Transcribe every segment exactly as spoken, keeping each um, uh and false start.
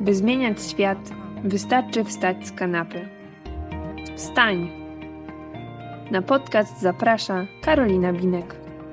By zmieniać świat, wystarczy wstać z kanapy. Wstań! Na podcast zaprasza Karolina Binek.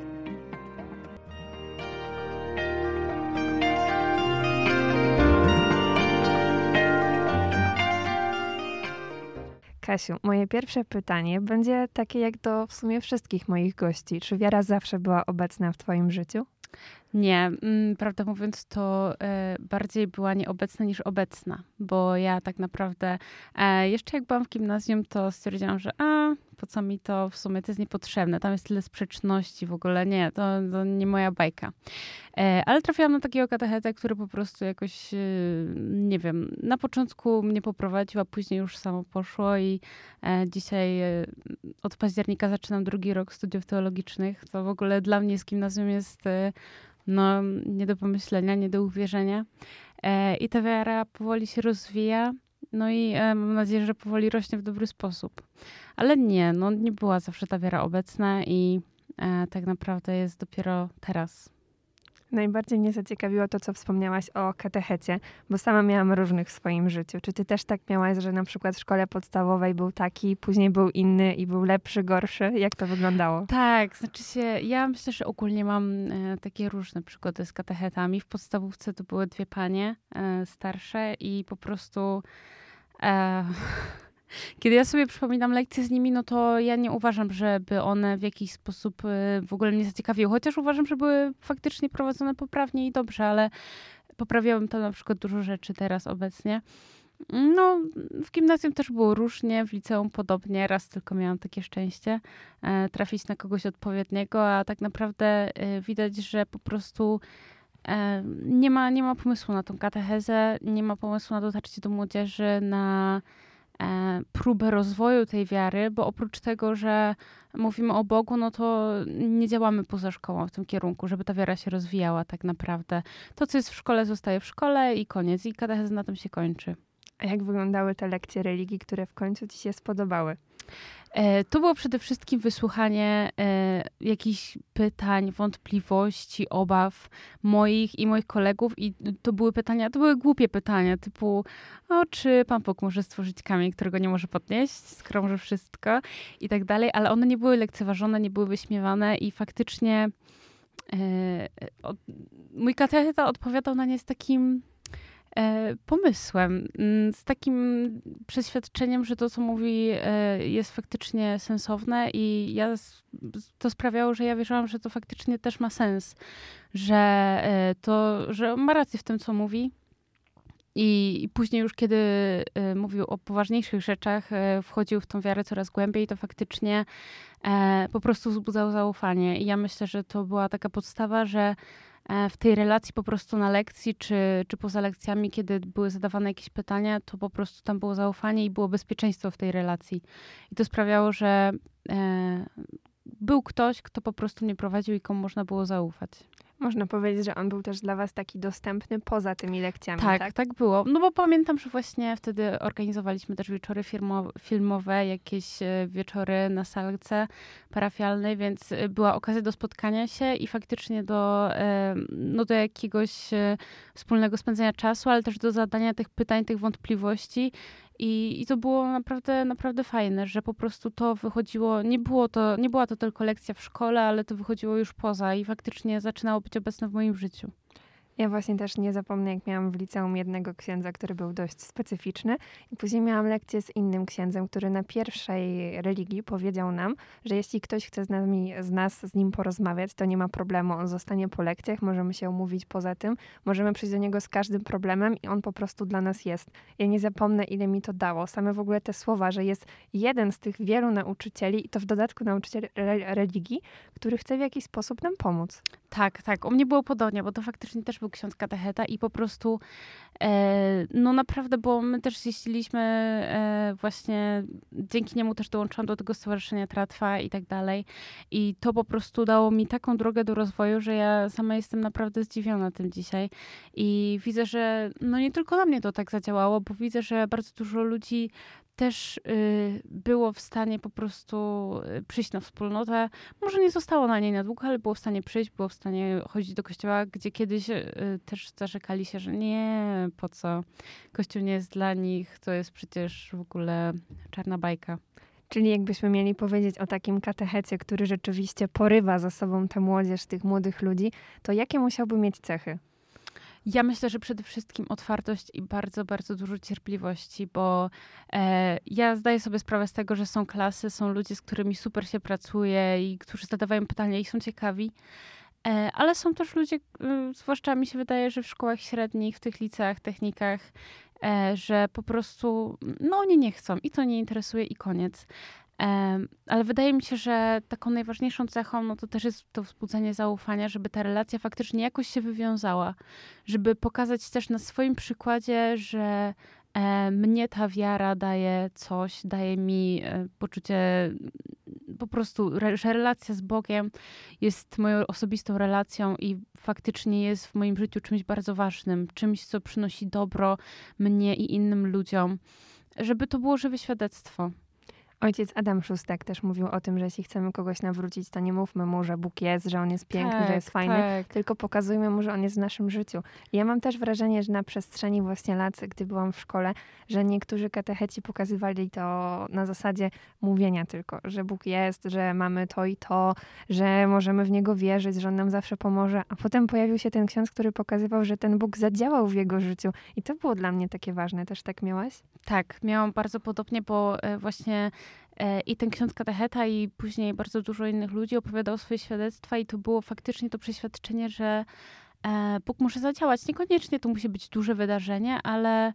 Kasiu, moje pierwsze pytanie będzie takie jak do w sumie wszystkich moich gości. Czy wiara zawsze była obecna w twoim życiu? Nie, prawdę mówiąc, to e, bardziej była nieobecna niż obecna, bo ja tak naprawdę e, jeszcze jak byłam w gimnazjum, to stwierdziłam, że a, po co mi to, w sumie to jest niepotrzebne, tam jest tyle sprzeczności w ogóle, nie, to, to nie moja bajka. E, ale trafiłam na takiego katechetę, który po prostu jakoś, e, nie wiem, na początku mnie poprowadził, a później już samo poszło i e, dzisiaj e, od października zaczynam drugi rok studiów teologicznych, co w ogóle dla mnie z gimnazjum jest e, no, nie do pomyślenia, nie do uwierzenia. E, I ta wiara powoli się rozwija. No i e, mam nadzieję, że powoli rośnie w dobry sposób. Ale nie, no nie była zawsze ta wiara obecna i e, tak naprawdę jest dopiero teraz. Najbardziej mnie zaciekawiło to, co wspomniałaś o katechecie, bo sama miałam różnych w swoim życiu. Czy ty też tak miałaś, że na przykład w szkole podstawowej był taki, później był inny i był lepszy, gorszy? Jak to wyglądało? Tak, znaczy się, ja myślę, że ogólnie mam e, takie różne przygody z katechetami. W podstawówce to były dwie panie e, starsze i po prostu... E, Kiedy ja sobie przypominam lekcje z nimi, no to ja nie uważam, żeby one w jakiś sposób w ogóle mnie zaciekawiły. Chociaż uważam, że były faktycznie prowadzone poprawnie i dobrze, ale poprawiałabym tam na przykład dużo rzeczy teraz obecnie. No, w gimnazjum też było różnie, w liceum podobnie. Raz tylko miałam takie szczęście e, trafić na kogoś odpowiedniego, a tak naprawdę e, widać, że po prostu e, nie ma, nie ma pomysłu na tą katechezę, nie ma pomysłu na dotarcie do młodzieży, na próbę rozwoju tej wiary, bo oprócz tego, że mówimy o Bogu, no to nie działamy poza szkołą w tym kierunku, żeby ta wiara się rozwijała tak naprawdę. To, co jest w szkole, zostaje w szkole i koniec. I katecheza na tym się kończy. A jak wyglądały te lekcje religii, które w końcu ci się spodobały? To było przede wszystkim wysłuchanie e, jakichś pytań, wątpliwości, obaw moich i moich kolegów i to były pytania, to były głupie pytania typu o, czy Pan Bóg może stworzyć kamień, którego nie może podnieść, skoro może wszystko i tak dalej, ale one nie były lekceważone, nie były wyśmiewane i faktycznie e, od, mój katecheta odpowiadał na nie z takim pomysłem, z takim przeświadczeniem, że to, co mówi, jest faktycznie sensowne i ja, to sprawiało, że ja wierzyłam, że to faktycznie też ma sens, że to, że ma rację w tym, co mówi. I, I później już, kiedy y, mówił o poważniejszych rzeczach, y, wchodził w tą wiarę coraz głębiej, to faktycznie y, po prostu wzbudzał zaufanie. I ja myślę, że to była taka podstawa, że w tej relacji po prostu na lekcji, czy, czy poza lekcjami, kiedy były zadawane jakieś pytania, to po prostu tam było zaufanie i było bezpieczeństwo w tej relacji. I to sprawiało, że e, był ktoś, kto po prostu mnie prowadził i komu można było zaufać. Można powiedzieć, że on był też dla was taki dostępny poza tymi lekcjami, tak? Tak, tak było. No bo pamiętam, że właśnie wtedy organizowaliśmy też wieczory firmo- filmowe, jakieś wieczory na salce parafialnej, więc była okazja do spotkania się i faktycznie do, no do jakiegoś wspólnego spędzenia czasu, ale też do zadania tych pytań, tych wątpliwości. I, I to było naprawdę, naprawdę fajne, że po prostu to wychodziło, nie było to, nie była to tylko lekcja w szkole, ale to wychodziło już poza i faktycznie zaczynało być obecne w moim życiu. Ja właśnie też nie zapomnę, jak miałam w liceum jednego księdza, który był dość specyficzny i później miałam lekcję z innym księdzem, który na pierwszej religii powiedział nam, że jeśli ktoś chce z nami, z nas z nim porozmawiać, to nie ma problemu, on zostanie po lekcjach, możemy się umówić poza tym, możemy przyjść do niego z każdym problemem i on po prostu dla nas jest. Ja nie zapomnę, ile mi to dało. Same w ogóle te słowa, że jest jeden z tych wielu nauczycieli i to w dodatku nauczyciel re- religii, który chce w jakiś sposób nam pomóc. Tak, tak. U mnie było podobnie, bo to faktycznie też był ksiądz katecheta i po prostu e, no naprawdę, bo my też jeździliśmy e, właśnie, dzięki niemu też dołączyłam do tego Stowarzyszenia Tratwa i tak dalej i to po prostu dało mi taką drogę do rozwoju, że ja sama jestem naprawdę zdziwiona tym dzisiaj i widzę, że no nie tylko na mnie to tak zadziałało, bo widzę, że bardzo dużo ludzi też y, było w stanie po prostu y, przyjść na wspólnotę. Może nie zostało na niej na długo, ale było w stanie przyjść, było w stanie chodzić do kościoła, gdzie kiedyś y, też zarzekali się, że nie, po co, kościół nie jest dla nich, to jest przecież w ogóle czarna bajka. Czyli jakbyśmy mieli powiedzieć o takim katechecie, który rzeczywiście porywa za sobą tę młodzież, tych młodych ludzi, to jakie musiałby mieć cechy? Ja myślę, że przede wszystkim otwartość i bardzo, bardzo dużo cierpliwości, bo e, ja zdaję sobie sprawę z tego, że są klasy, są ludzie, z którymi super się pracuje i którzy zadawają pytania i są ciekawi, e, ale są też ludzie, y, zwłaszcza mi się wydaje, że w szkołach średnich, w tych liceach, technikach, e, że po prostu, no oni nie chcą i to nie interesuje i koniec. Um, ale wydaje mi się, że taką najważniejszą cechą no to też jest to wzbudzenie zaufania, żeby ta relacja faktycznie jakoś się wywiązała. Żeby pokazać też na swoim przykładzie, że e, mnie ta wiara daje coś, daje mi e, poczucie po prostu, re, że relacja z Bogiem jest moją osobistą relacją i faktycznie jest w moim życiu czymś bardzo ważnym, czymś, co przynosi dobro mnie i innym ludziom. Żeby to było żywe świadectwo. Ojciec Adam Szóstak też mówił o tym, że jeśli chcemy kogoś nawrócić, to nie mówmy mu, że Bóg jest, że On jest piękny, tak, że jest fajny, tak. tylko pokazujmy mu, że On jest w naszym życiu. I ja mam też wrażenie, że na przestrzeni właśnie lat, gdy byłam w szkole, że niektórzy katecheci pokazywali to na zasadzie mówienia tylko, że Bóg jest, że mamy to i to, że możemy w Niego wierzyć, że On nam zawsze pomoże. A potem pojawił się ten ksiądz, który pokazywał, że ten Bóg zadziałał w jego życiu. I to było dla mnie takie ważne. Też tak miałaś? Tak, miałam bardzo podobnie, bo właśnie i ten ksiądz katecheta i później bardzo dużo innych ludzi opowiadał swoje świadectwa i to było faktycznie to przeświadczenie, że Bóg może zadziałać. Niekoniecznie to musi być duże wydarzenie, ale,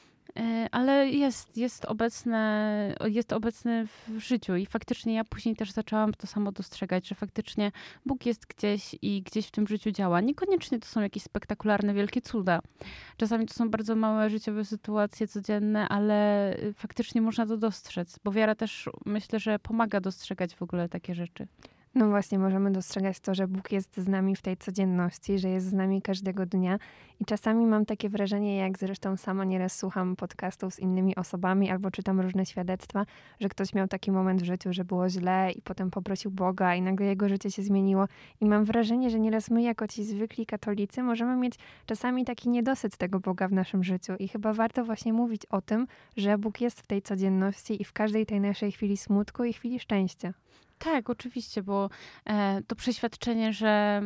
ale jest, jest, obecne, jest obecny w życiu i faktycznie ja później też zaczęłam to samo dostrzegać, że faktycznie Bóg jest gdzieś i gdzieś w tym życiu działa. Niekoniecznie to są jakieś spektakularne, wielkie cuda. Czasami to są bardzo małe życiowe sytuacje codzienne, ale faktycznie można to dostrzec, bo wiara też myślę, że pomaga dostrzegać w ogóle takie rzeczy. No właśnie, możemy dostrzegać to, że Bóg jest z nami w tej codzienności, że jest z nami każdego dnia. I czasami mam takie wrażenie, jak zresztą sama nieraz słucham podcastów z innymi osobami albo czytam różne świadectwa, że ktoś miał taki moment w życiu, że było źle i potem poprosił Boga i nagle jego życie się zmieniło. I mam wrażenie, że nieraz my jako ci zwykli katolicy możemy mieć czasami taki niedosyt tego Boga w naszym życiu. I chyba warto właśnie mówić o tym, że Bóg jest w tej codzienności i w każdej tej naszej chwili smutku i chwili szczęścia. Tak, oczywiście, bo e, to przeświadczenie, że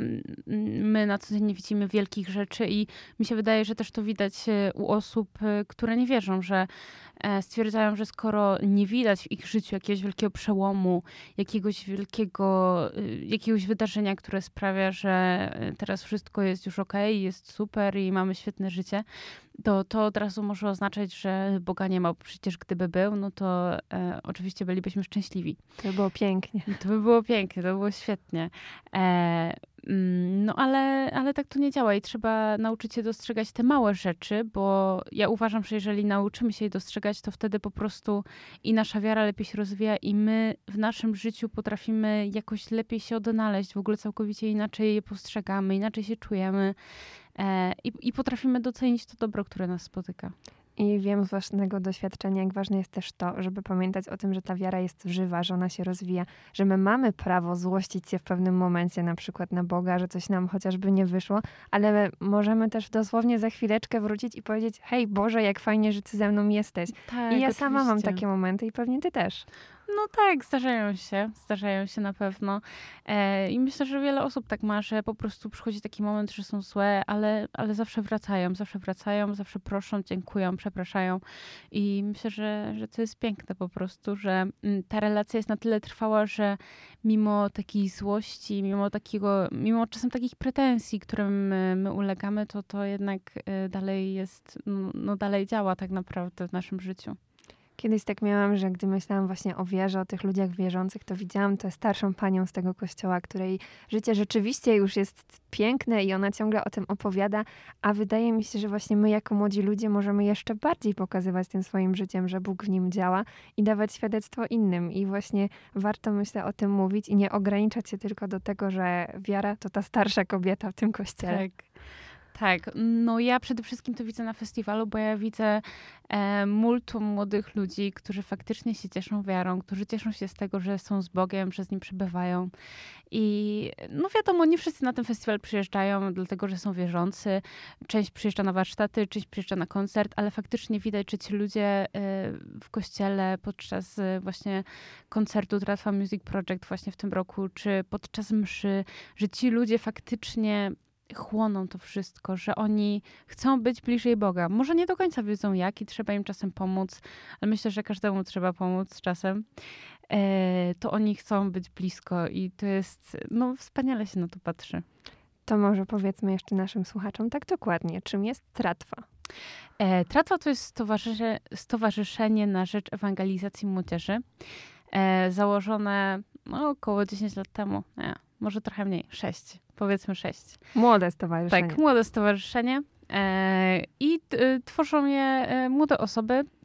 my na co dzień nie widzimy wielkich rzeczy i mi się wydaje, że też to widać u osób, które nie wierzą, że e, stwierdzają, że skoro nie widać w ich życiu jakiegoś wielkiego przełomu, jakiegoś wielkiego, jakiegoś wydarzenia, które sprawia, że teraz wszystko jest już okej, jest super i mamy świetne życie, to to od razu może oznaczać, że Boga nie ma, bo przecież gdyby był, no to e, oczywiście bylibyśmy szczęśliwi. To by było pięknie. To by było pięknie, to by było świetnie. E, no ale, ale tak to nie działa i trzeba nauczyć się dostrzegać te małe rzeczy, bo ja uważam, że jeżeli nauczymy się je dostrzegać, to wtedy po prostu i nasza wiara lepiej się rozwija i my w naszym życiu potrafimy jakoś lepiej się odnaleźć, w ogóle całkowicie inaczej je postrzegamy, inaczej się czujemy. I, I potrafimy docenić to dobro, które nas spotyka. I wiem z własnego doświadczenia, jak ważne jest też to, żeby pamiętać o tym, że ta wiara jest żywa, że ona się rozwija, że my mamy prawo złościć się w pewnym momencie na przykład na Boga, że coś nam chociażby nie wyszło, ale możemy też dosłownie za chwileczkę wrócić i powiedzieć: hej Boże, jak fajnie, że ty ze mną jesteś. Tak, I ja oczywiście. sama mam takie momenty i pewnie ty też. No tak, zdarzają się, zdarzają się na pewno. E, I myślę, że wiele osób tak ma, że po prostu przychodzi taki moment, że są złe, ale, ale zawsze wracają, zawsze wracają, zawsze proszą, dziękują, przepraszają. I myślę, że, że to jest piękne po prostu, że ta relacja jest na tyle trwała, że mimo takiej złości, mimo takiego, mimo czasem takich pretensji, którym my, my ulegamy, to to jednak dalej jest, no, no dalej działa tak naprawdę w naszym życiu. Kiedyś tak miałam, że gdy myślałam właśnie o wierze, o tych ludziach wierzących, to widziałam tę starszą panią z tego kościoła, której życie rzeczywiście już jest piękne i ona ciągle o tym opowiada, a wydaje mi się, że właśnie my jako młodzi ludzie możemy jeszcze bardziej pokazywać tym swoim życiem, że Bóg w nim działa i dawać świadectwo innym. I właśnie warto, myślę, o tym mówić i nie ograniczać się tylko do tego, że wiara to ta starsza kobieta w tym kościele. Tak. Tak, no ja przede wszystkim to widzę na festiwalu, bo ja widzę e, multum młodych ludzi, którzy faktycznie się cieszą wiarą, którzy cieszą się z tego, że są z Bogiem, że z Nim przebywają. I no wiadomo, nie wszyscy na ten festiwal przyjeżdżają, dlatego że są wierzący. Część przyjeżdża na warsztaty, część przyjeżdża na koncert, ale faktycznie widać, że ci ludzie e, w kościele podczas e, właśnie koncertu Tratwa Music Project właśnie w tym roku, czy podczas mszy, że ci ludzie faktycznie chłoną to wszystko, że oni chcą być bliżej Boga. Może nie do końca wiedzą jak i trzeba im czasem pomóc, ale myślę, że każdemu trzeba pomóc czasem. E, to oni chcą być blisko i to jest, no wspaniale się na to patrzy. To może powiedzmy jeszcze naszym słuchaczom tak dokładnie, czym jest Tratwa? E, Tratwa to jest stowarzysze, Stowarzyszenie na rzecz Ewangelizacji Młodzieży. E, założone no, około dziesięć lat temu. Nie, może trochę mniej, sześć. Powiedzmy sześć. Młode stowarzyszenie. Tak, młode stowarzyszenie. E, I t, tworzą je e, młode osoby. E,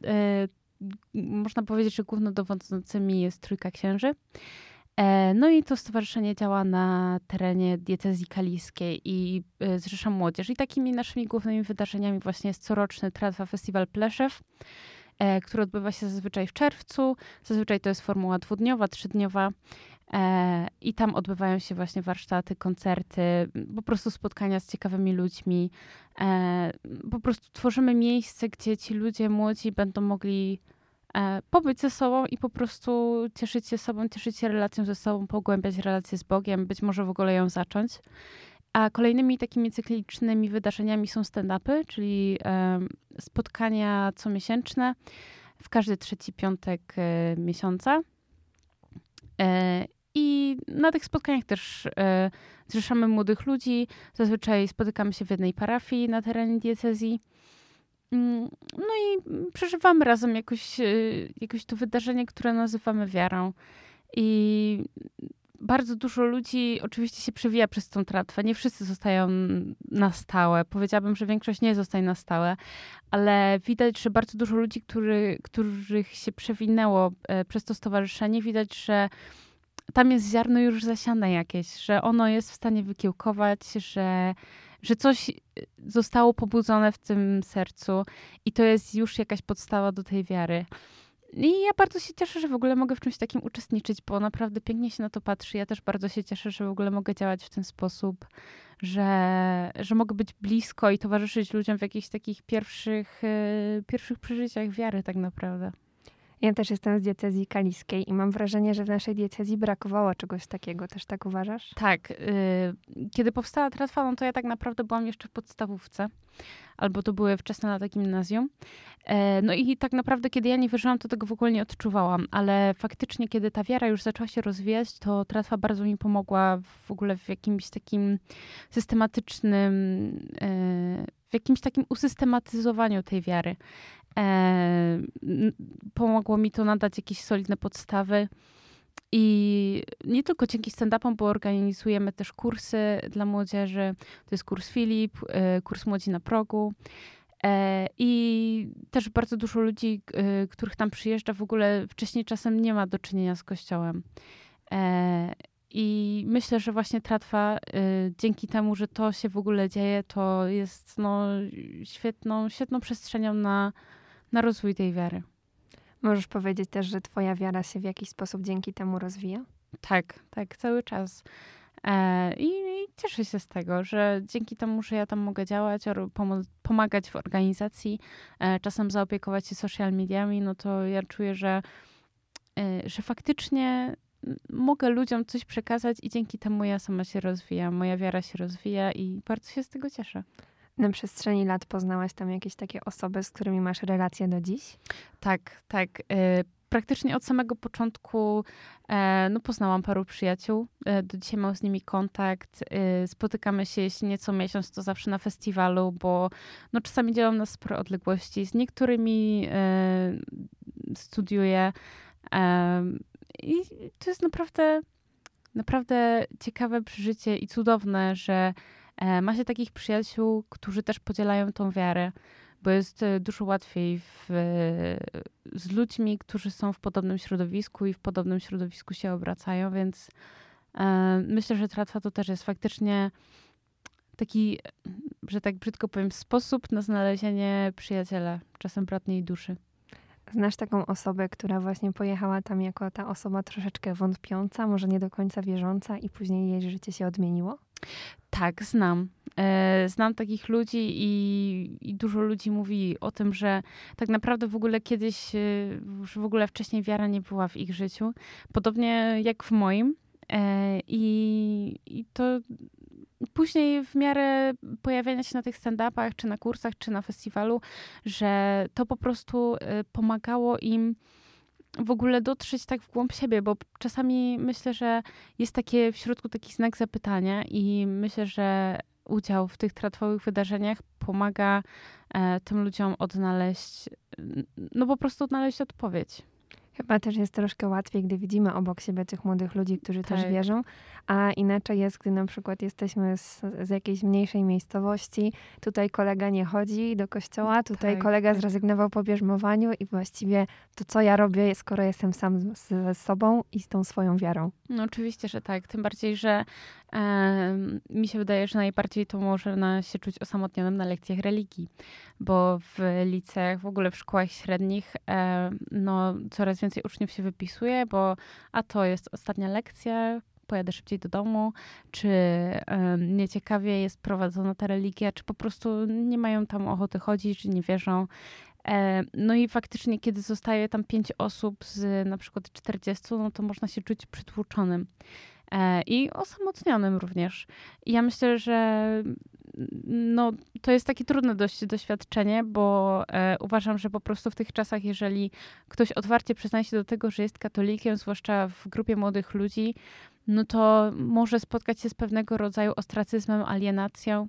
można powiedzieć, że głównodowodzącymi jest trójka księży. E, no i to stowarzyszenie działa na terenie diecezji kaliskiej i e, zrzesza młodzież. I takimi naszymi głównymi wydarzeniami właśnie jest coroczny Tratwa Festiwal Pleszew, e, który odbywa się zazwyczaj w czerwcu. Zazwyczaj to jest formuła dwudniowa, trzydniowa. E, I tam odbywają się właśnie warsztaty, koncerty, po prostu spotkania z ciekawymi ludźmi. E, po prostu tworzymy miejsce, gdzie ci ludzie młodzi będą mogli e, pobyć ze sobą i po prostu cieszyć się sobą, cieszyć się relacją ze sobą, pogłębiać relację z Bogiem, być może w ogóle ją zacząć. A kolejnymi takimi cyklicznymi wydarzeniami są stand-upy, czyli e, spotkania comiesięczne w każdy trzeci piątek e, miesiąca. E, I na tych spotkaniach też e, zrzeszamy młodych ludzi. Zazwyczaj spotykamy się w jednej parafii na terenie diecezji. Mm, no i przeżywamy razem jakoś, e, jakoś to wydarzenie, które nazywamy wiarą. I bardzo dużo ludzi oczywiście się przewija przez tą tratwę. Nie wszyscy zostają na stałe. Powiedziałabym, że większość nie zostaje na stałe, ale widać, że bardzo dużo ludzi, który, których się przewinęło e, przez to stowarzyszenie, widać, że tam jest ziarno już zasiane jakieś, że ono jest w stanie wykiełkować, że, że coś zostało pobudzone w tym sercu i to jest już jakaś podstawa do tej wiary. I ja bardzo się cieszę, że w ogóle mogę w czymś takim uczestniczyć, bo naprawdę pięknie się na to patrzy. Ja też bardzo się cieszę, że w ogóle mogę działać w ten sposób, że, że mogę być blisko i towarzyszyć ludziom w jakichś takich pierwszych, yy, pierwszych przeżyciach wiary tak naprawdę. Ja też jestem z diecezji kaliskiej i mam wrażenie, że w naszej diecezji brakowało czegoś takiego. Też tak uważasz? Tak. Yy, kiedy powstała Tratwa, no to ja tak naprawdę byłam jeszcze w podstawówce. Albo to były wczesne lata gimnazjum. Yy, no i tak naprawdę, kiedy ja nie wierzyłam, to tego w ogóle nie odczuwałam. Ale faktycznie, kiedy ta wiara już zaczęła się rozwijać, to Tratwa bardzo mi pomogła w ogóle w jakimś takim systematycznym, yy, w jakimś takim usystematyzowaniu tej wiary. E, pomogło mi to nadać jakieś solidne podstawy i nie tylko dzięki stand-upom, bo organizujemy też kursy dla młodzieży. To jest kurs Filip, e, kurs Młodzi na progu e, i też bardzo dużo ludzi, e, których tam przyjeżdża, w ogóle wcześniej czasem nie ma do czynienia z Kościołem. E, I myślę, że właśnie Tratwa, y, dzięki temu, że to się w ogóle dzieje, to jest no, świetną, świetną przestrzenią na, na rozwój tej wiary. Możesz powiedzieć też, że twoja wiara się w jakiś sposób dzięki temu rozwija? Tak, tak, cały czas. E, i, I cieszę się z tego, że dzięki temu, że ja tam mogę działać, pom- pomagać w organizacji, e, czasem zaopiekować się social mediami, no to ja czuję, że, e, że faktycznie mogę ludziom coś przekazać i dzięki temu ja sama się rozwijam, moja wiara się rozwija i bardzo się z tego cieszę. Na przestrzeni lat poznałaś tam jakieś takie osoby, z którymi masz relacje do dziś? Tak, tak. Praktycznie od samego początku no, poznałam paru przyjaciół. Do dzisiaj mam z nimi kontakt. Spotykamy się, jeśli nie co miesiąc, to zawsze na festiwalu, bo no, czasami dzielą nas spore odległości. Z niektórymi studiuję. I to jest naprawdę, naprawdę ciekawe przeżycie i cudowne, że ma się takich przyjaciół, którzy też podzielają tą wiarę, bo jest dużo łatwiej w, z ludźmi, którzy są w podobnym środowisku i w podobnym środowisku się obracają, więc e, myślę, że Tratwa to też jest faktycznie taki że tak brzydko powiem, sposób na znalezienie przyjaciela, czasem bratniej duszy. Znasz taką osobę, która właśnie pojechała tam jako ta osoba troszeczkę wątpiąca, może nie do końca wierząca i później jej życie się odmieniło? Tak, znam. E, znam takich ludzi i, i dużo ludzi mówi o tym, że tak naprawdę w ogóle kiedyś, e, już w ogóle wcześniej wiara nie była w ich życiu. Podobnie jak w moim. E, i, I to później w miarę pojawiania się na tych stand-upach, czy na kursach, czy na festiwalu, że to po prostu e, pomagało im w ogóle dotrzeć tak w głąb siebie, bo czasami myślę, że jest takie w środku taki znak zapytania i myślę, że udział w tych tratwowych wydarzeniach pomaga e, tym ludziom odnaleźć, no po prostu odnaleźć odpowiedź. Chyba też jest troszkę łatwiej, gdy widzimy obok siebie tych młodych ludzi, którzy Tak. też wierzą, a inaczej jest, gdy na przykład jesteśmy z, z jakiejś mniejszej miejscowości, tutaj kolega nie chodzi do kościoła, tutaj Tak, kolega tak. zrezygnował po bierzmowaniu i właściwie to co ja robię, skoro jestem sam z- ze sobą i z tą swoją wiarą. No oczywiście, że tak. Tym bardziej, że e, mi się wydaje, że najbardziej to można się czuć osamotnionym na lekcjach religii, bo w liceach, w ogóle w szkołach średnich e, no, coraz więcej uczniów się wypisuje, bo a to jest ostatnia lekcja, pojadę szybciej do domu, czy e, nieciekawie jest prowadzona ta religia, czy po prostu nie mają tam ochoty chodzić, czy nie wierzą. E, No i faktycznie, kiedy zostaje tam pięć osób z na przykład czterdziestu, no to można się czuć przytłoczonym e, i osamotnionym również. I ja myślę, że no, to jest takie trudne dość doświadczenie, bo e, uważam, że po prostu w tych czasach, jeżeli ktoś otwarcie przyznaje się do tego, że jest katolikiem, zwłaszcza w grupie młodych ludzi, no to może spotkać się z pewnego rodzaju ostracyzmem, alienacją.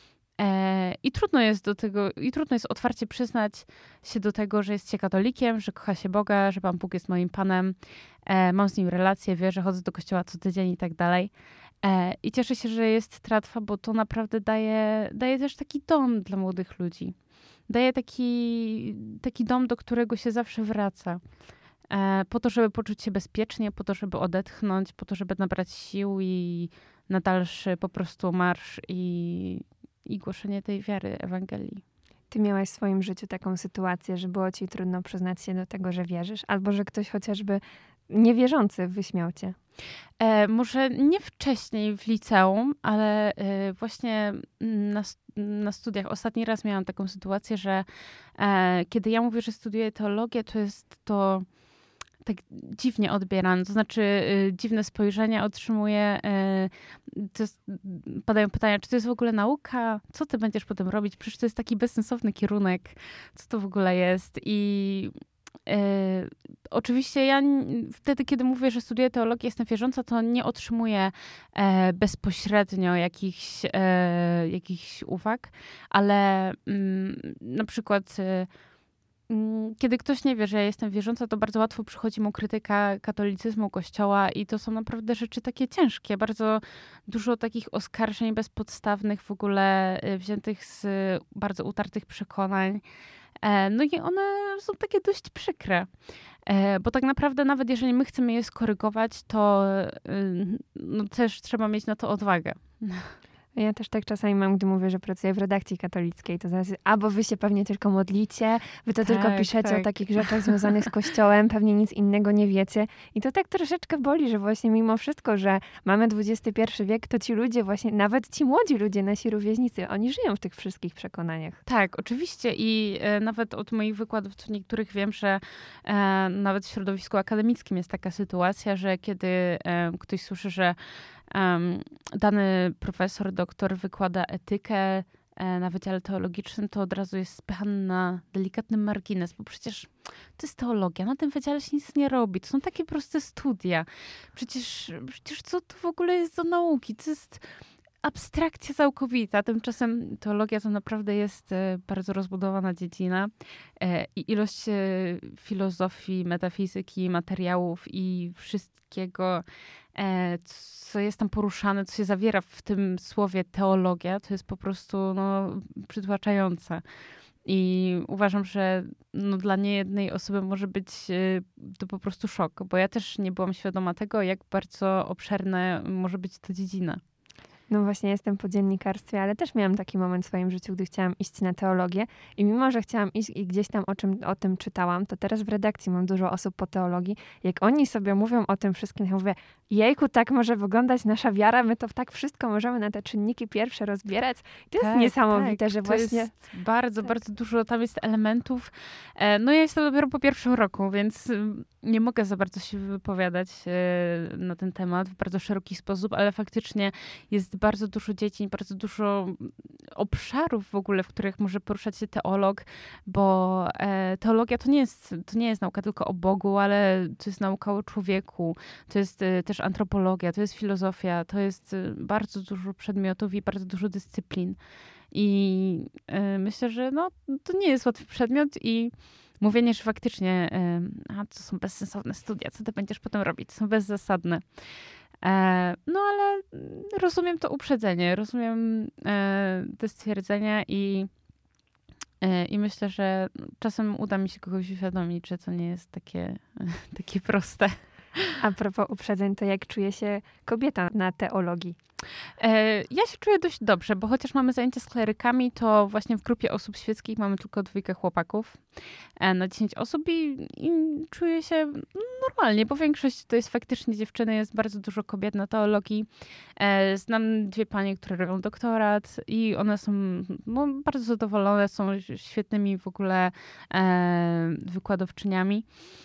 E, I trudno jest do tego, i trudno jest otwarcie przyznać się do tego, że jest się katolikiem, że kocha się Boga, że Pan Bóg jest moim Panem, e, mam z nim relacje, wierzę, chodzę do kościoła co tydzień i tak dalej. E, I cieszę się, że jest tratwa, bo to naprawdę daje, daje też taki dom dla młodych ludzi. Daje taki, taki dom, do którego się zawsze wraca. E, po to, żeby poczuć się bezpiecznie, po to, żeby odetchnąć, po to, żeby nabrać sił i na dalszy po prostu marsz i, i głoszenie tej wiary, Ewangelii. Ty miałaś w swoim życiu taką sytuację, że było ci trudno przyznać się do tego, że wierzysz, albo że ktoś chociażby niewierzący wyśmiał cię. E, może nie wcześniej w liceum, ale e, właśnie na, na studiach. Ostatni raz miałam taką sytuację, że e, kiedy ja mówię, że studiuję teologię, to jest to tak dziwnie odbierane, to znaczy y, dziwne spojrzenia otrzymuję. Y, to jest, padają pytania, czy to jest w ogóle nauka? Co ty będziesz potem robić? Przecież to jest taki bezsensowny kierunek. Co to w ogóle jest? I y, oczywiście ja n- wtedy, kiedy mówię, że studiuję teologię, jestem wierząca, to nie otrzymuję e, bezpośrednio jakichś, e, jakichś uwag, ale mm, na przykład y, kiedy ktoś nie wie, że ja jestem wierząca, to bardzo łatwo przychodzi mu krytyka katolicyzmu, kościoła i to są naprawdę rzeczy takie ciężkie. Bardzo dużo takich oskarżeń bezpodstawnych, w ogóle y, wziętych z bardzo utartych przekonań. E, No i one są takie dość przykre. E, Bo tak naprawdę nawet jeżeli my chcemy je skorygować, to y, no też trzeba mieć na to odwagę. Ja też tak czasami mam, gdy mówię, że pracuję w redakcji katolickiej, to zaraz, albo wy się pewnie tylko modlicie, wy to Tak, tylko piszecie tak. o takich rzeczach związanych z Kościołem, pewnie nic innego nie wiecie. I to tak troszeczkę boli, że właśnie mimo wszystko, że mamy dwudziesty pierwszy wiek, to ci ludzie właśnie, nawet ci młodzi ludzie, nasi rówieśnicy, oni żyją w tych wszystkich przekonaniach. Tak, oczywiście i e, nawet od moich wykładów co niektórych wiem, że e, nawet w środowisku akademickim jest taka sytuacja, że kiedy e, ktoś słyszy, że em, dany profesor, doktor wykłada etykę e, na Wydziale Teologicznym, to od razu jest spychany na delikatny margines, bo przecież to jest teologia, na tym wydziale się nic nie robi, to są takie proste studia. Przecież, przecież co to w ogóle jest do nauki? To jest abstrakcja całkowita. Tymczasem teologia to naprawdę jest e, bardzo rozbudowana dziedzina e, i ilość e, filozofii, metafizyki, materiałów i wszystkiego, e, co jest tam poruszane, co się zawiera w tym słowie teologia, to jest po prostu no, przytłaczające. I uważam, że no, dla niejednej osoby może być e, to po prostu szok, bo ja też nie byłam świadoma tego, jak bardzo obszerna może być ta dziedzina. No właśnie, jestem po dziennikarstwie, ale też miałam taki moment w swoim życiu, gdy chciałam iść na teologię i mimo, że chciałam iść i gdzieś tam o, czym, o tym czytałam, to teraz w redakcji mam dużo osób po teologii. Jak oni sobie mówią o tym wszystkim, ja mówię, jejku, tak może wyglądać nasza wiara, my to tak wszystko możemy na te czynniki pierwsze rozbierać. I to tak, jest niesamowite, tak. że to właśnie... Jest bardzo, tak. bardzo dużo tam jest elementów. No ja jestem dopiero po pierwszym roku, więc nie mogę za bardzo się wypowiadać na ten temat w bardzo szeroki sposób, ale faktycznie jest bardzo dużo dzieci, bardzo dużo obszarów w ogóle, w których może poruszać się teolog, bo teologia to nie jest, to nie jest nauka tylko o Bogu, ale to jest nauka o człowieku, to jest też antropologia, to jest filozofia, to jest bardzo dużo przedmiotów i bardzo dużo dyscyplin. I myślę, że no, to nie jest łatwy przedmiot i mówienie, że faktycznie a, to są bezsensowne studia, co ty będziesz potem robić, to są bezzasadne. E, no ale rozumiem to uprzedzenie, rozumiem e, te stwierdzenia i, e, i myślę, że czasem uda mi się kogoś uświadomić, że to nie jest takie, takie proste. A propos uprzedzeń, to jak czuje się kobieta na teologii? E, ja się czuję dość dobrze, bo chociaż mamy zajęcia z klerykami, to właśnie w grupie osób świeckich mamy tylko dwójkę chłopaków e, na dziesięć osób i, i czuję się normalnie, bo większość to jest faktycznie dziewczyny, jest bardzo dużo kobiet na teologii. E, znam dwie panie, które robią doktorat i one są no, bardzo zadowolone, są świetnymi w ogóle e, wykładowczyniami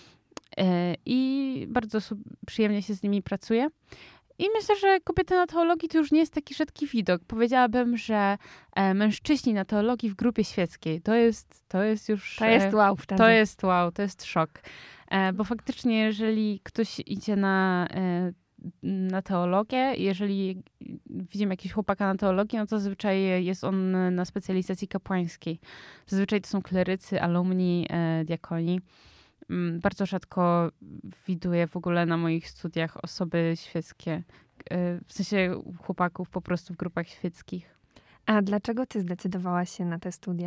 e, i bardzo przyjemnie się z nimi pracuje. I myślę, że kobiety na teologii to już nie jest taki rzadki widok. Powiedziałabym, że e, mężczyźni na teologii w grupie świeckiej to jest, to jest już... To jest wow wtedy. To jest wow, to jest szok. E, bo faktycznie, jeżeli ktoś idzie na, e, na teologię, jeżeli widzimy jakiegoś chłopaka na teologii, no to zazwyczaj jest on na specjalizacji kapłańskiej. Zazwyczaj to są klerycy, alumni, e, diakoni. Bardzo rzadko widuję w ogóle na moich studiach osoby świeckie, w sensie chłopaków po prostu w grupach świeckich. A dlaczego ty zdecydowałaś się na te studia?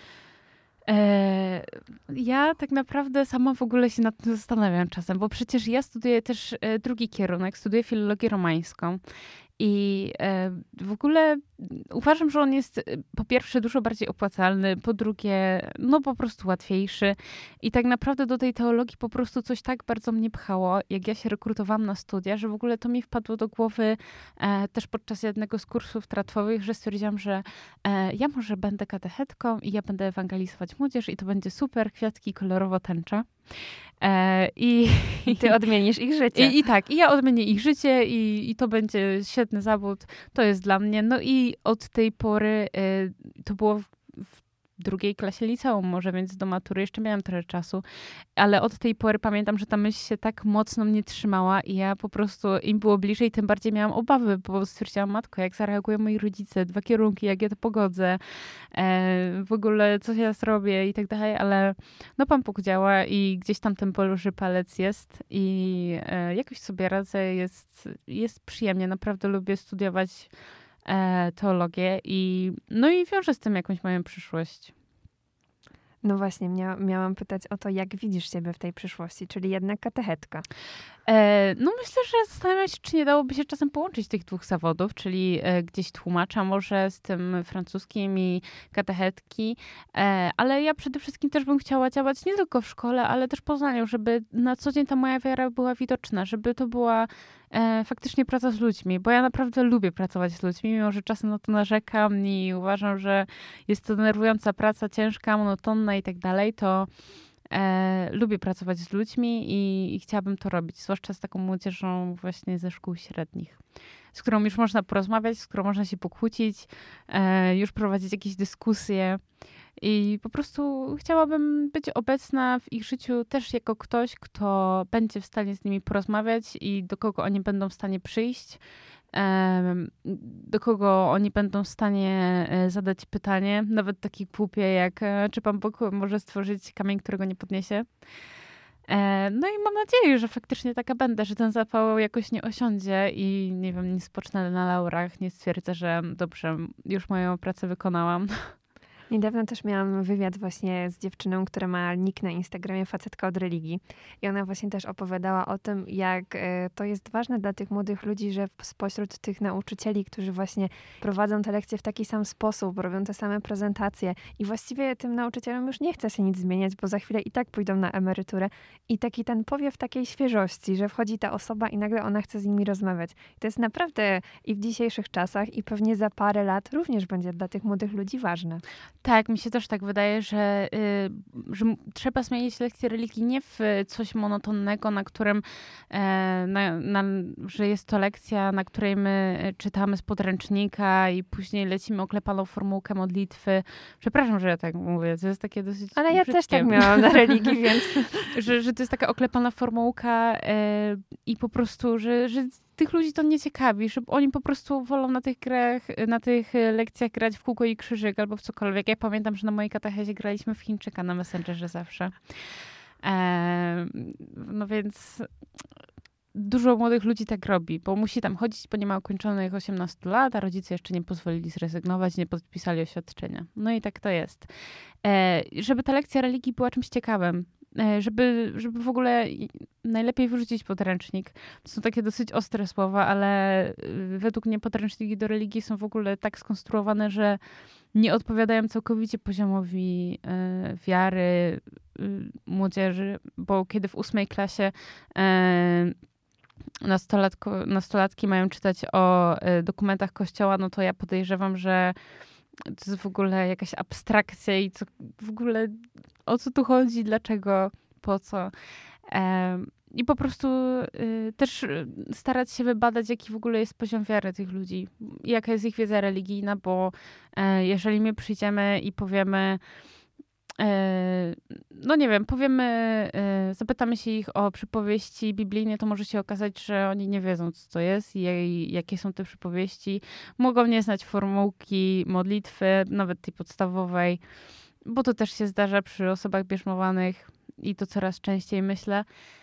E, ja tak naprawdę sama w ogóle się nad tym zastanawiam czasem, bo przecież ja studiuję też drugi kierunek, studiuję filologię romańską. I w ogóle uważam, że on jest po pierwsze dużo bardziej opłacalny, po drugie no po prostu łatwiejszy i tak naprawdę do tej teologii po prostu coś tak bardzo mnie pchało, jak ja się rekrutowałam na studia, że w ogóle to mi wpadło do głowy e, też podczas jednego z kursów tratwowych, że stwierdziłam, że e, ja może będę katechetką i ja będę ewangelizować młodzież i to będzie super, kwiatki, kolorowo tęcza. E, i, I ty odmienisz ich życie. I, I tak, i ja odmienię ich życie i, i to będzie świetny zawód, to jest dla mnie. No i od tej pory y, to było w, w drugiej klasie liceum może, więc do matury jeszcze miałam trochę czasu, ale od tej pory pamiętam, że ta myśl się tak mocno mnie trzymała i ja po prostu im było bliżej, tym bardziej miałam obawy, bo stwierdziłam, matko, jak zareagują moi rodzice, dwa kierunki, jak ja to pogodzę, e, w ogóle co ja zrobię i tak dalej, ale no Pan Bóg działa i gdzieś tam ten Boży palec jest i e, jakoś sobie radzę, jest, jest przyjemnie, naprawdę lubię studiować E, teologię i no i wiąże z tym jakąś moją przyszłość. No właśnie, mia- miałam pytać o to, jak widzisz siebie w tej przyszłości, czyli jednak katechetka. E, no myślę, że zastanawiam się, czy nie dałoby się czasem połączyć tych dwóch zawodów, czyli e, gdzieś tłumacza może z tym francuskim i katechetki, e, ale ja przede wszystkim też bym chciała działać nie tylko w szkole, ale też w Poznaniu, żeby na co dzień ta moja wiara była widoczna, żeby to była e, faktycznie praca z ludźmi, bo ja naprawdę lubię pracować z ludźmi, mimo że czasem na to narzekam i uważam, że jest to denerwująca praca, ciężka, monotonna i tak dalej, to E, lubię pracować z ludźmi i, i chciałabym to robić, zwłaszcza z taką młodzieżą właśnie ze szkół średnich, z którą już można porozmawiać, z którą można się pokłócić, e, już prowadzić jakieś dyskusje i po prostu chciałabym być obecna w ich życiu też jako ktoś, kto będzie w stanie z nimi porozmawiać i do kogo oni będą w stanie przyjść, do kogo oni będą w stanie zadać pytanie, nawet takie głupie jak, czy Pan Bóg może stworzyć kamień, którego nie podniesie. No i mam nadzieję, że faktycznie taka będę, że ten zapał jakoś nie osiądzie i nie wiem, nie spocznę na laurach, nie stwierdzę, że dobrze, już moją pracę wykonałam. Niedawno też miałam wywiad właśnie z dziewczyną, która ma nick na Instagramie Facetka od religii. I ona właśnie też opowiadała o tym, jak e, to jest ważne dla tych młodych ludzi, że spośród tych nauczycieli, którzy właśnie prowadzą te lekcje w taki sam sposób, robią te same prezentacje i właściwie tym nauczycielom już nie chce się nic zmieniać, bo za chwilę i tak pójdą na emeryturę. I taki ten powiew takiej świeżości, że wchodzi ta osoba i nagle ona chce z nimi rozmawiać. I to jest naprawdę i w dzisiejszych czasach i pewnie za parę lat również będzie dla tych młodych ludzi ważne. Tak, mi się też tak wydaje, że, y, że trzeba zmienić lekcję religii nie w coś monotonnego, na którym, e, na, na, że jest to lekcja, na której my czytamy z podręcznika i później lecimy oklepaną formułkę modlitwy. Przepraszam, że ja tak mówię, to jest takie dosyć Ale ja brzydkie. też tak miałam na religii, więc... że, że to jest taka oklepana formułka e, i po prostu, że, że tych ludzi to nie ciekawi, że oni po prostu wolą na tych grach, na tych lekcjach grać w kółko i krzyżyk albo w cokolwiek. Ja pamiętam, że na mojej katechezie graliśmy w Chińczyka na Messengerze zawsze. E, no więc dużo młodych ludzi tak robi, bo musi tam chodzić, bo nie ma ukończonych osiemnastu lat, a rodzice jeszcze nie pozwolili zrezygnować, nie podpisali oświadczenia. No i tak to jest. E, żeby ta lekcja religii była czymś ciekawym, Żeby, żeby w ogóle najlepiej wyrzucić podręcznik. To są takie dosyć ostre słowa, ale według mnie podręczniki do religii są w ogóle tak skonstruowane, że nie odpowiadają całkowicie poziomowi y, wiary y, młodzieży, bo kiedy w ósmej klasie y, nastolatko, nastolatki mają czytać o y, dokumentach Kościoła, no to ja podejrzewam, że to jest w ogóle jakaś abstrakcja i co w ogóle o co tu chodzi, dlaczego, po co. Um, I po prostu y, też starać się wybadać, jaki w ogóle jest poziom wiary tych ludzi, jaka jest ich wiedza religijna, bo y, jeżeli my przyjdziemy i powiemy, y, no nie wiem, powiemy, y, zapytamy się ich o przypowieści biblijne, to może się okazać, że oni nie wiedzą, co to jest i, i jakie są te przypowieści. Mogą nie znać formułki modlitwy, nawet tej podstawowej, bo to też się zdarza przy osobach bierzmowanych i to coraz częściej, myślę.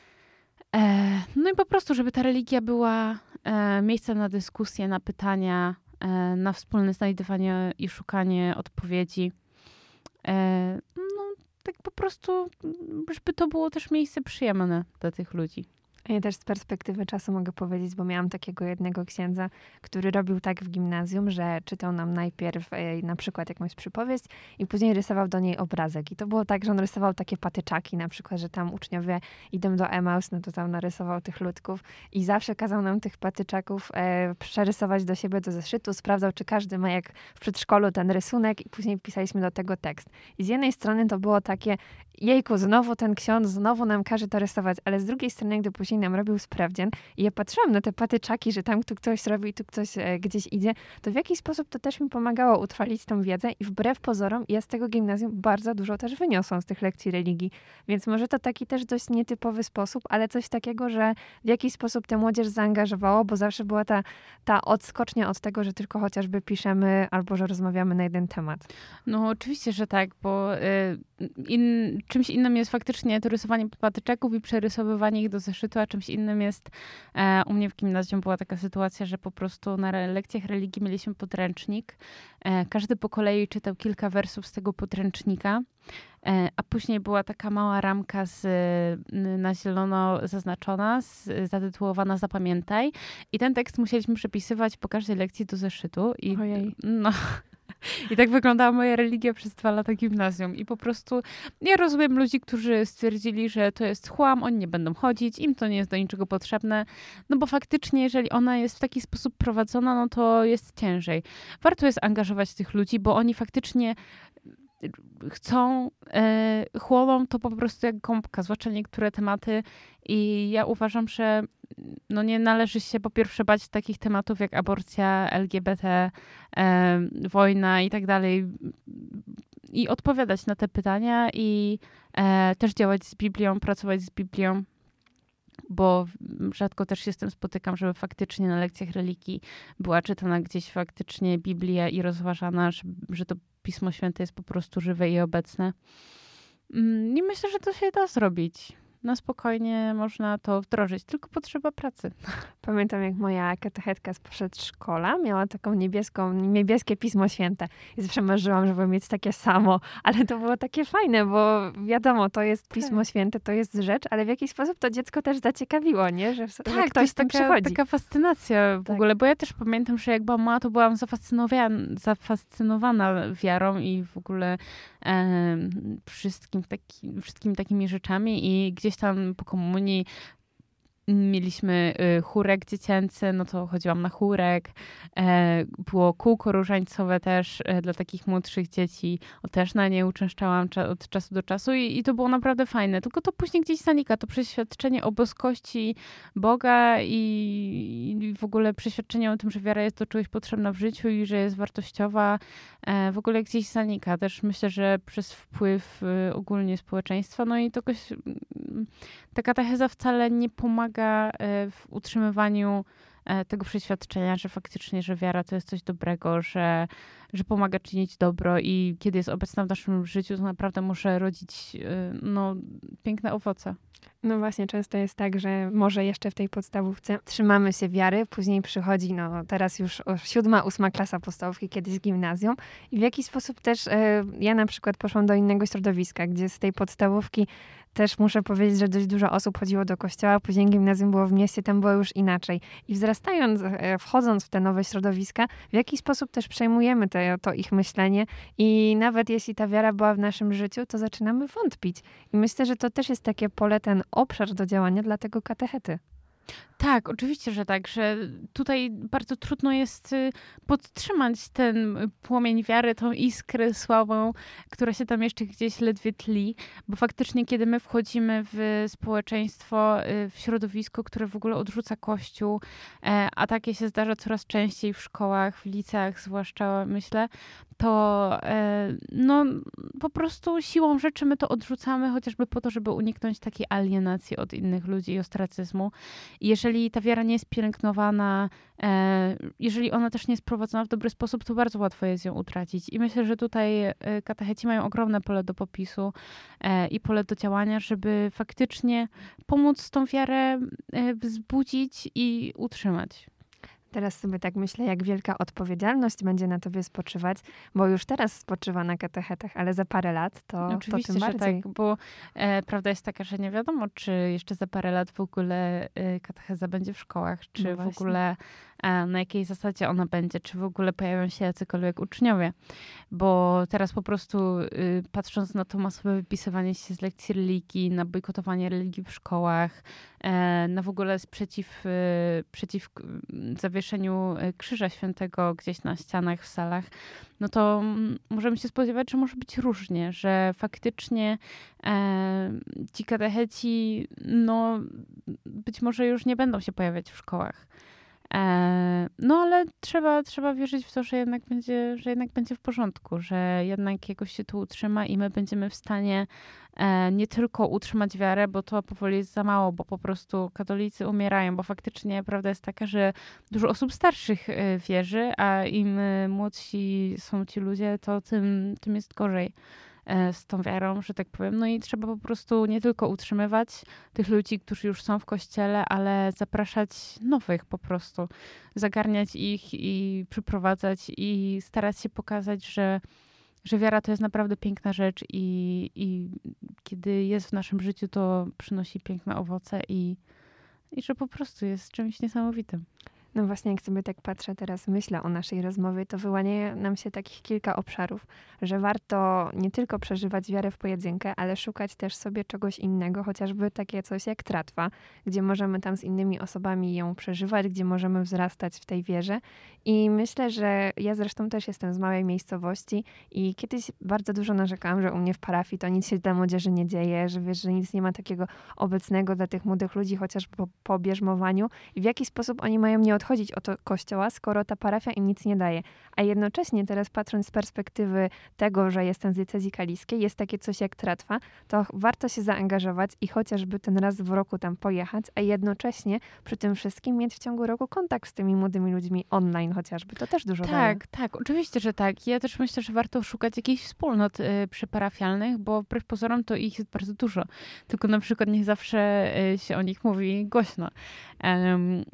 E, no i po prostu, żeby ta religia była e, miejscem na dyskusję, na pytania, e, na wspólne znajdywanie i szukanie odpowiedzi. E, no tak po prostu, żeby to było też miejsce przyjemne dla tych ludzi. Ja też z perspektywy czasu mogę powiedzieć, bo miałam takiego jednego księdza, który robił tak w gimnazjum, że czytał nam najpierw e, na przykład jakąś przypowieść i później rysował do niej obrazek. I to było tak, że on rysował takie patyczaki, na przykład, że tam uczniowie idą do Emaus, no to tam narysował tych ludków i zawsze kazał nam tych patyczaków e, przerysować do siebie do zeszytu, sprawdzał, czy każdy ma jak w przedszkolu ten rysunek i później pisaliśmy do tego tekst. I z jednej strony to było takie, jejku, znowu ten ksiądz, znowu nam każe to rysować, ale z drugiej strony, gdy później nam robił sprawdzian i ja patrzyłam na te patyczaki, że tam tu ktoś robi, tu ktoś e, gdzieś idzie, to w jakiś sposób to też mi pomagało utrwalić tą wiedzę i wbrew pozorom ja z tego gimnazjum bardzo dużo też wyniosłam z tych lekcji religii. Więc może to taki też dość nietypowy sposób, ale coś takiego, że w jakiś sposób tę młodzież zaangażowało, bo zawsze była ta, ta odskocznia od tego, że tylko chociażby piszemy albo że rozmawiamy na jeden temat. No oczywiście, że tak, bo y, in, czymś innym jest faktycznie to rysowanie patyczeków i przerysowywanie ich do zeszytu, a czymś innym jest, e, u mnie w gimnazjum była taka sytuacja, że po prostu na re- lekcjach religii mieliśmy podręcznik. E, każdy po kolei czytał kilka wersów z tego podręcznika, e, a później była taka mała ramka z, na zielono zaznaczona, z, zatytułowana Zapamiętaj. I ten tekst musieliśmy przepisywać po każdej lekcji do zeszytu. I, Ojej. No... I tak wyglądała moja religia przez dwa lata gimnazjum. I po prostu ja rozumiem ludzi, którzy stwierdzili, że to jest chłam, oni nie będą chodzić, im to nie jest do niczego potrzebne. No bo faktycznie, jeżeli ona jest w taki sposób prowadzona, no to jest ciężej. Warto jest angażować tych ludzi, bo oni faktycznie chcą, e, chłoną to po prostu jak gąbka, zwłaszcza niektóre tematy. I ja uważam, że no nie należy się po pierwsze bać takich tematów jak aborcja, L G B T, e, wojna i tak dalej. I odpowiadać na te pytania i e, też działać z Biblią, pracować z Biblią, bo rzadko też się z tym spotykam, żeby faktycznie na lekcjach religii była czytana gdzieś faktycznie Biblia i rozważana, że, że to Pismo Święte jest po prostu żywe i obecne. I myślę, że to się da zrobić. na spokojnie można to wdrożyć, tylko potrzeba pracy. Pamiętam, jak moja katechetka z przedszkola miała taką niebieską, niebieskie Pismo Święte. I zawsze marzyłam, żeby mieć takie samo, ale to było takie fajne, bo wiadomo, to jest Pismo Tak. Święte, to jest rzecz, ale w jakiś sposób to dziecko też zaciekawiło, nie? Że, że Tak, to ktoś jest tam taka, przychodzi. taka fascynacja w Tak. ogóle, bo ja też pamiętam, że jak byłam mała, to byłam zafascynowana, zafascynowana wiarą i w ogóle e, wszystkim, taki, wszystkimi takimi rzeczami i gdzieś tam po komunii mieliśmy y, chórek dziecięcy, no to chodziłam na chórek. E, było kółko różańcowe też e, dla takich młodszych dzieci. O, też na nie uczęszczałam cza- od czasu do czasu i, i to było naprawdę fajne. Tylko to później gdzieś zanika, to przeświadczenie o boskości Boga i, i w ogóle przeświadczenie o tym, że wiara jest do czegoś potrzebna w życiu i że jest wartościowa, e, w ogóle gdzieś zanika. Też myślę, że przez wpływ y, ogólnie społeczeństwa, no i to jakoś, mm, ta katecheza wcale nie pomaga w utrzymywaniu tego przeświadczenia, że faktycznie, że wiara to jest coś dobrego, że, że pomaga czynić dobro i kiedy jest obecna w naszym życiu, to naprawdę może rodzić no, piękne owoce. No właśnie, często jest tak, że może jeszcze w tej podstawówce trzymamy się wiary, później przychodzi, no teraz już siódma, ósma klasa podstawówki, kiedyś gimnazjum i w jakiś sposób też e, ja na przykład poszłam do innego środowiska, gdzie z tej podstawówki też muszę powiedzieć, że dość dużo osób chodziło do kościoła, później gimnazjum było w mieście, tam było już inaczej. I wzrastając, e, wchodząc w te nowe środowiska, w jakiś sposób też przejmujemy te, to ich myślenie i nawet jeśli ta wiara była w naszym życiu, to zaczynamy wątpić. I myślę, że to też jest takie pole, ten obszar do działania dla tego katechety. Tak, oczywiście, że tak, że tutaj bardzo trudno jest podtrzymać ten płomień wiary, tą iskrę słabą, która się tam jeszcze gdzieś ledwie tli, bo faktycznie kiedy my wchodzimy w społeczeństwo, w środowisko, które w ogóle odrzuca Kościół, a takie się zdarza coraz częściej w szkołach, w liceach zwłaszcza, myślę, to no po prostu siłą rzeczy my to odrzucamy, chociażby po to, żeby uniknąć takiej alienacji od innych ludzi i ostracyzmu. I jeżeli ta wiara nie jest pielęgnowana, jeżeli ona też nie jest prowadzona w dobry sposób, to bardzo łatwo jest ją utracić. I myślę, że tutaj katecheci mają ogromne pole do popisu i pole do działania, żeby faktycznie pomóc tą wiarę wzbudzić i utrzymać. Teraz sobie tak myślę, jak wielka odpowiedzialność będzie na tobie spoczywać, bo już teraz spoczywa na katechetach, ale za parę lat to, Oczywiście, to tym że bardziej. tak, bo e, prawda jest taka, że nie wiadomo, czy jeszcze za parę lat w ogóle e, katecheza będzie w szkołach, czy No w właśnie. ogóle e, na jakiej zasadzie ona będzie, czy w ogóle pojawią się jacykolwiek uczniowie. Bo teraz po prostu y, patrząc na to masowe wypisywanie się z lekcji religii, na bojkotowanie religii w szkołach, e, na w ogóle sprzeciw, y, przeciw y, zawieszeniu Krzyża Świętego gdzieś na ścianach, w salach, no to mm, możemy się spodziewać, że może być różnie, że faktycznie e, ci katecheci no być może już nie będą się pojawiać w szkołach. E, no ale trzeba, trzeba wierzyć w to, że jednak będzie, że jednak będzie w porządku, że jednak jakoś się tu utrzyma i my będziemy w stanie e, nie tylko utrzymać wiarę, bo to powoli jest za mało, bo po prostu katolicy umierają, bo faktycznie prawda jest taka, że dużo osób starszych e, wierzy, a im e, młodsi są ci ludzie, to tym, tym jest gorzej z tą wiarą, że tak powiem. No i trzeba po prostu nie tylko utrzymywać tych ludzi, którzy już są w kościele, ale zapraszać nowych po prostu. Zagarniać ich i przyprowadzać i starać się pokazać, że, że wiara to jest naprawdę piękna rzecz i, i kiedy jest w naszym życiu, to przynosi piękne owoce i, i że po prostu jest czymś niesamowitym. No właśnie, jak sobie tak patrzę teraz, myślę o naszej rozmowie, to wyłania nam się takich kilka obszarów, że warto nie tylko przeżywać wiarę w pojedynkę, ale szukać też sobie czegoś innego, chociażby takie coś jak tratwa, gdzie możemy tam z innymi osobami ją przeżywać, gdzie możemy wzrastać w tej wierze. I myślę, że ja zresztą też jestem z małej miejscowości i kiedyś bardzo dużo narzekałam, że u mnie w parafii to nic się dla młodzieży nie dzieje, że wiesz, że nic nie ma takiego obecnego dla tych młodych ludzi, chociażby po, po bierzmowaniu i w jaki sposób oni mają nie odchodzić od kościoła, skoro ta parafia im nic nie daje. A jednocześnie teraz patrząc z perspektywy tego, że jestem z diecezji kaliskiej, jest takie coś jak tratwa, to warto się zaangażować i chociażby ten raz w roku tam pojechać, a jednocześnie przy tym wszystkim mieć w ciągu roku kontakt z tymi młodymi ludźmi online chociażby. To też dużo daje. Tak, tak, oczywiście, że tak. Ja też myślę, że warto szukać jakichś wspólnot y, przyparafialnych, bo wbrew pozorom to ich jest bardzo dużo. Tylko na przykład nie zawsze y, się o nich mówi głośno. Um,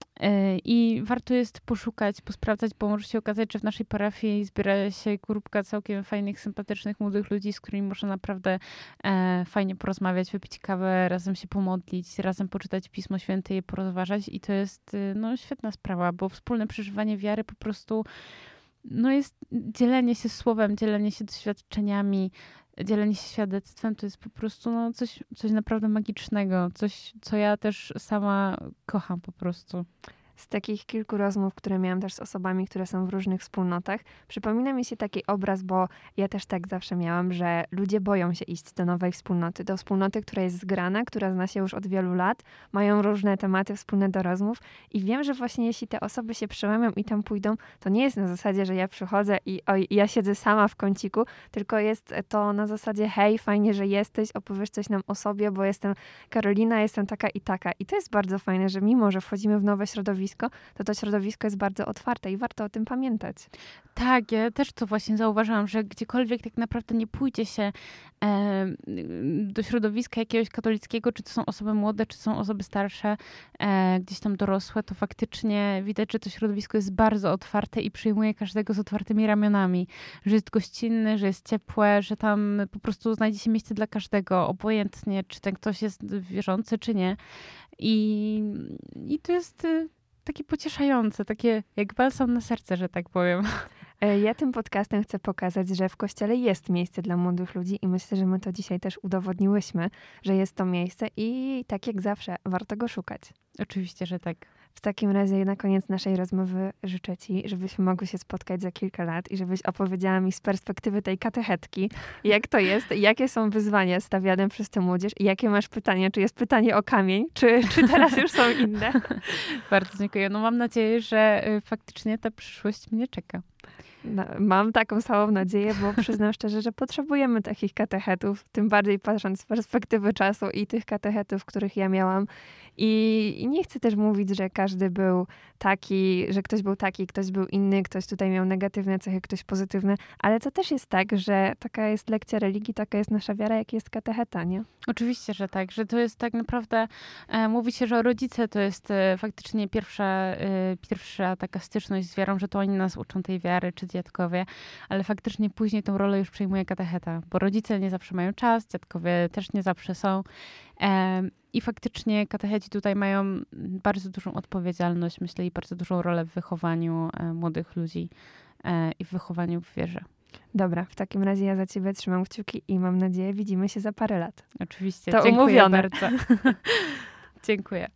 I warto jest poszukać, posprawdzać, bo może się okazać, że w naszej parafii zbiera się grupka całkiem fajnych, sympatycznych, młodych ludzi, z którymi można naprawdę e, fajnie porozmawiać, wypić kawę, razem się pomodlić, razem poczytać Pismo Święte i je porozważać. I to jest no, świetna sprawa, bo wspólne przeżywanie wiary po prostu no, jest dzielenie się słowem, dzielenie się doświadczeniami, dzielenie się świadectwem to jest po prostu no, coś, coś naprawdę magicznego. Coś, co ja też sama kocham po prostu. Z takich kilku rozmów, które miałam też z osobami, które są w różnych wspólnotach, przypomina mi się taki obraz, bo ja też tak zawsze miałam, że ludzie boją się iść do nowej wspólnoty, do wspólnoty, która jest zgrana, która zna się już od wielu lat, mają różne tematy wspólne do rozmów i wiem, że właśnie jeśli te osoby się przełamią i tam pójdą, to nie jest na zasadzie, że ja przychodzę i oj, ja siedzę sama w kąciku, tylko jest to na zasadzie hej, fajnie, że jesteś, opowiesz coś nam o sobie, bo jestem Karolina, jestem taka i taka. I to jest bardzo fajne, że mimo, że wchodzimy w nowe środowisko, to to środowisko jest bardzo otwarte i warto o tym pamiętać. Tak, ja też to właśnie zauważyłam, że gdziekolwiek tak naprawdę nie pójdzie się e, do środowiska jakiegoś katolickiego, czy to są osoby młode, czy są osoby starsze, e, gdzieś tam dorosłe, to faktycznie widać, że to środowisko jest bardzo otwarte i przyjmuje każdego z otwartymi ramionami. Że jest gościnny, że jest ciepłe, że tam po prostu znajdzie się miejsce dla każdego, obojętnie, czy ten ktoś jest wierzący, czy nie. I, i to jest takie pocieszające, takie jak balsam na serce, że tak powiem. Ja tym podcastem chcę pokazać, że w Kościele jest miejsce dla młodych ludzi i myślę, że my to dzisiaj też udowodniłyśmy, że jest to miejsce i tak jak zawsze warto go szukać. Oczywiście, że tak. W takim razie na koniec naszej rozmowy życzę ci, żebyśmy mogły się spotkać za kilka lat i żebyś opowiedziała mi z perspektywy tej katechetki, jak to jest, jakie są wyzwania stawiane przez tę młodzież i jakie masz pytania, czy jest pytanie o kamień, czy, czy teraz już są inne? Bardzo dziękuję. No mam nadzieję, że faktycznie ta przyszłość mnie czeka. No, mam taką samą nadzieję, bo przyznam szczerze, że potrzebujemy takich katechetów, tym bardziej patrząc z perspektywy czasu i tych katechetów, których ja miałam. I, I nie chcę też mówić, że każdy był taki, że ktoś był taki, ktoś był inny, ktoś tutaj miał negatywne cechy, ktoś pozytywne, ale to też jest tak, że taka jest lekcja religii, taka jest nasza wiara, jak jest katecheta, nie? Oczywiście, że tak, że to jest tak naprawdę, e, mówi się, że rodzice to jest e, faktycznie pierwsza, e, pierwsza taka styczność z wiarą, że to oni nas uczą tej wiary, czy dziadkowie, ale faktycznie później tą rolę już przejmuje katecheta, bo rodzice nie zawsze mają czas, dziadkowie też nie zawsze są. E, I faktycznie katecheci tutaj mają bardzo dużą odpowiedzialność, myślę, i bardzo dużą rolę w wychowaniu e, młodych ludzi e, i w wychowaniu w wierze. Dobra, w takim razie ja za ciebie trzymam kciuki i mam nadzieję, widzimy się za parę lat. Oczywiście. To Dziękuję umówione. bardzo. Dziękuję.